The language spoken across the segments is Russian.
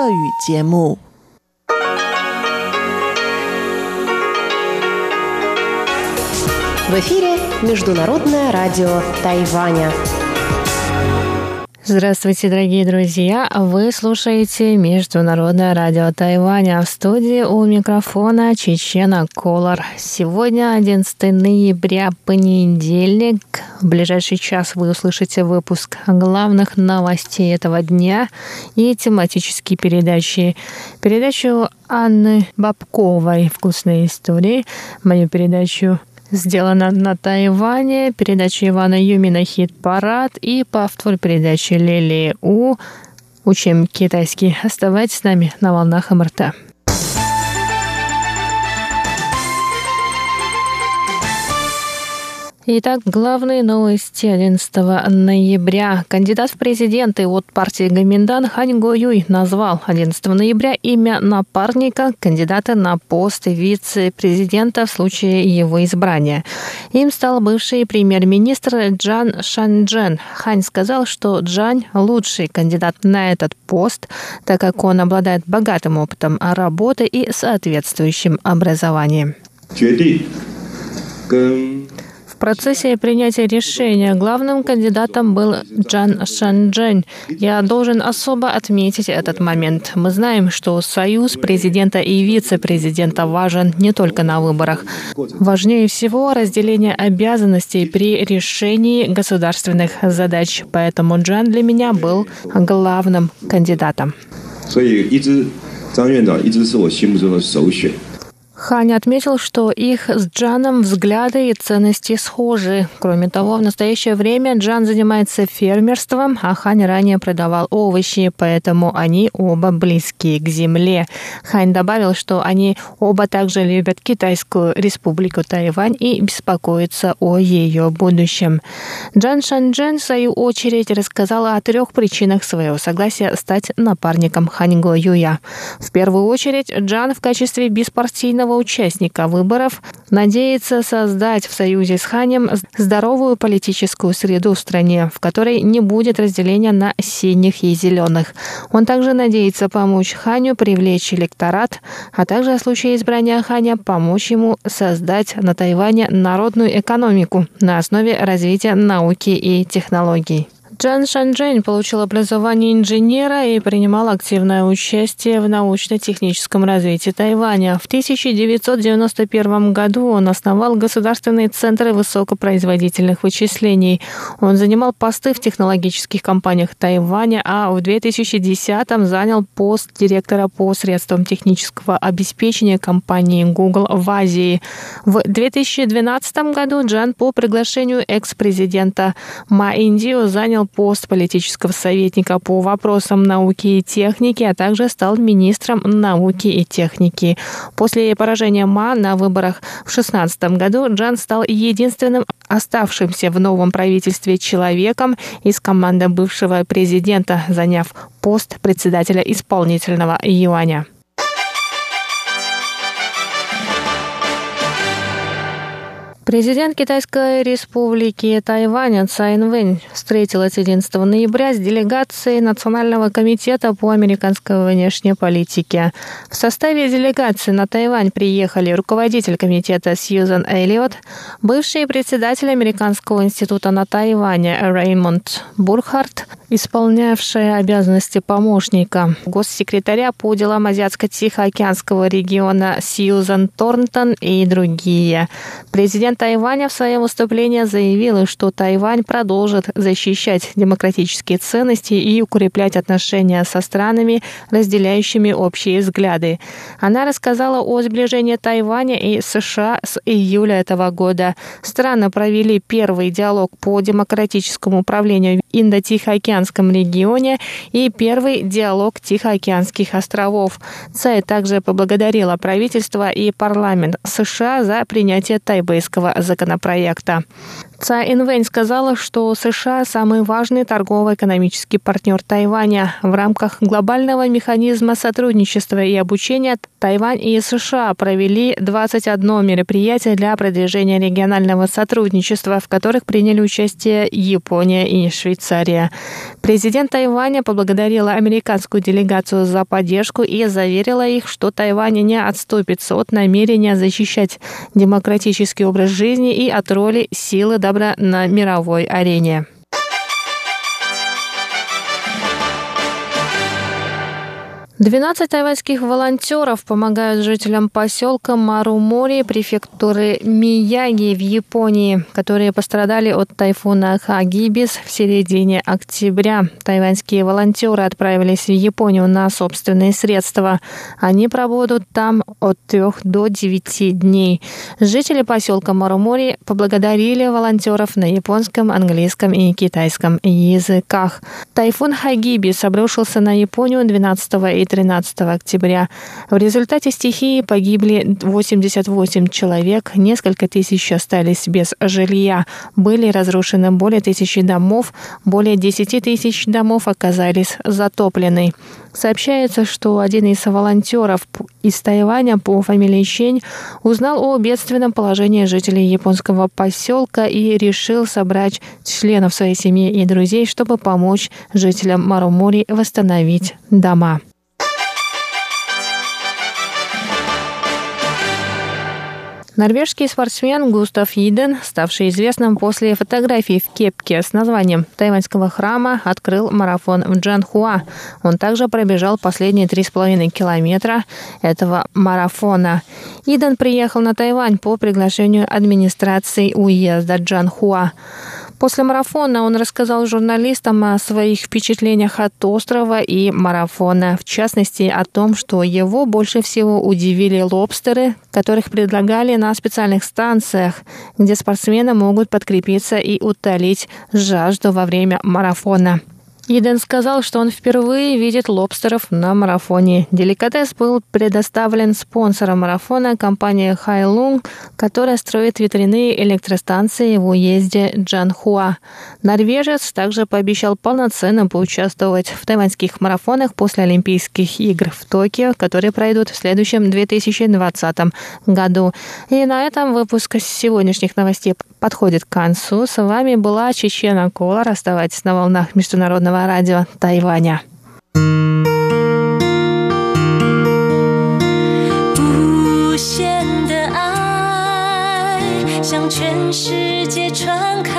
节目。 В эфире Международное радио Тайваня. Здравствуйте, дорогие друзья! Вы слушаете Международное радио Тайваня. В студии у микрофона Чечена Колор. Сегодня 11 ноября, понедельник. В ближайший час вы услышите выпуск главных новостей этого дня и тематические передачи. Передачу Анны Бабковой «Вкусные истории», мою передачу «Сделано на Тайване», передача Ивана Юмина «Хит-парад» и повтор передачи Лили У «Учим китайский». Оставайтесь с нами на волнах МРТ. Итак, главные новости 11 ноября. Кандидат в президенты от партии Гоминдан Хань Го-юй назвал 11 ноября имя напарника кандидата на пост вице-президента в случае его избрания. Им стал бывший премьер-министр Чжан Шаньчжэн. Хань сказал, что Чжан – лучший кандидат на этот пост, так как он обладает богатым опытом работы и соответствующим образованием. В процессе принятия решения главным кандидатом был Чжан Шаньчжэнь. Я должен особо отметить этот момент. Мы знаем, что союз президента и вице-президента важен не только на выборах. Важнее всего разделение обязанностей при решении государственных задач. Поэтому Чжан для меня был главным кандидатом. Хань отметил, что их с Чжаном взгляды и ценности схожи. Кроме того, в настоящее время Чжан занимается фермерством, а Хань ранее продавал овощи, поэтому они оба близки к земле. Хань добавил, что они оба также любят Китайскую республику Тайвань и беспокоятся о ее будущем. Чжан Шаньчжэн, в свою очередь, рассказала о 3 причинах своего согласия стать напарником Хань Го-юя. В первую очередь, Чжан в качестве беспартийного участника выборов надеется создать в союзе с Ханем здоровую политическую среду в стране, в которой не будет разделения на синих и зеленых. Он также надеется помочь Ханю привлечь электорат, а также в случае избрания Ханя помочь ему создать на Тайване народную экономику на основе развития науки и технологий. Чжан Шаньчжэнь получил образование инженера и принимал активное участие в научно-техническом развитии Тайваня. В 1991 году он основал Государственный центр высокопроизводительных вычислений. Он занимал посты в технологических компаниях Тайваня, а в 2010-м занял пост директора по средствам технического обеспечения компании Google в Азии. В 2012 году Чжан по приглашению экс-президента Ма Индзю занял пост политического советника по вопросам науки и техники, а также стал министром науки и техники. После поражения Ма на выборах в 2016 году Чжан стал единственным оставшимся в новом правительстве человеком из команды бывшего президента, заняв пост председателя исполнительного юаня. Президент Китайской республики Тайвань Цай Инвэнь встретилась 11 ноября с делегацией Национального комитета по американской внешней политике. В составе делегации на Тайвань приехали руководитель комитета Сьюзан Эллиот, бывший председатель Американского института на Тайване Реймонд Бурхарт, исполнявшая обязанности помощника госсекретаря по делам Азиатско-Тихоокеанского региона Сьюзан Торнтон и другие. Президент Тайваня в своем выступлении заявила, что Тайвань продолжит защищать демократические ценности и укреплять отношения со странами, разделяющими общие взгляды. Она рассказала о сближении Тайваня и США с июля этого года. Страны провели первый диалог по демократическому управлению в Индо-Тихоокеанском регионе и первый диалог Тихоокеанских островов. Цай также поблагодарила правительство и парламент США за принятие тайбэйского законопроекта. Цай Инвэнь сказала, что США – самый важный торгово-экономический партнер Тайваня. В рамках глобального механизма сотрудничества и обучения Тайвань и США провели 21 мероприятие для продвижения регионального сотрудничества, в которых приняли участие Япония и Швейцария. Президент Тайваня поблагодарила американскую делегацию за поддержку и заверила их, что Тайвань не отступится от намерения защищать демократический образ жизни и от роли силы добра на мировой арене. 12 тайваньских волонтеров помогают жителям поселка Марумори префектуры Мияги в Японии, которые пострадали от тайфуна Хагибис в середине октября. Тайваньские волонтеры отправились в Японию на собственные средства. Они пробудут там от 3 до 9 дней. Жители поселка Марумори поблагодарили волонтеров на японском, английском и китайском языках. Тайфун Хагибис обрушился на Японию 12 и 13 октября. В результате стихии погибли 88 человек, несколько тысяч остались без жилья. Были разрушены более 1000 домов, более 10 тысяч домов оказались затоплены. Сообщается, что один из волонтеров из Тайваня по фамилии Чень узнал о бедственном положении жителей японского поселка и решил собрать членов своей семьи и друзей, чтобы помочь жителям Марумори восстановить дома. Норвежский спортсмен Густав Иден, ставший известным после фотографий в кепке с названием тайваньского храма, открыл марафон в Чжанхуа. Он также пробежал последние 3,5 километра этого марафона. Иден приехал на Тайвань по приглашению администрации уезда Чжанхуа. После марафона он рассказал журналистам о своих впечатлениях от острова и марафона. В частности, о том, что его больше всего удивили лобстеры, которых предлагали на специальных станциях, где спортсмены могут подкрепиться и утолить жажду во время марафона. Иден сказал, что он впервые видит лобстеров на марафоне. Деликатес был предоставлен спонсором марафона компанией Хайлунг, которая строит ветряные электростанции в уезде Чжанхуа. Норвежец также пообещал полноценно поучаствовать в тайваньских марафонах после Олимпийских игр в Токио, которые пройдут в следующем 2020 году. И на этом выпуск сегодняшних новостей подходит к концу. С вами была Чечена Колор. Оставайтесь на волнах Международного радио Тайваня. 无限的爱向全世界传开，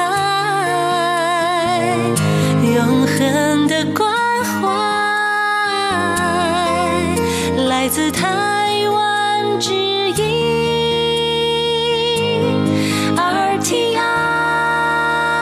永恒的关怀来自他。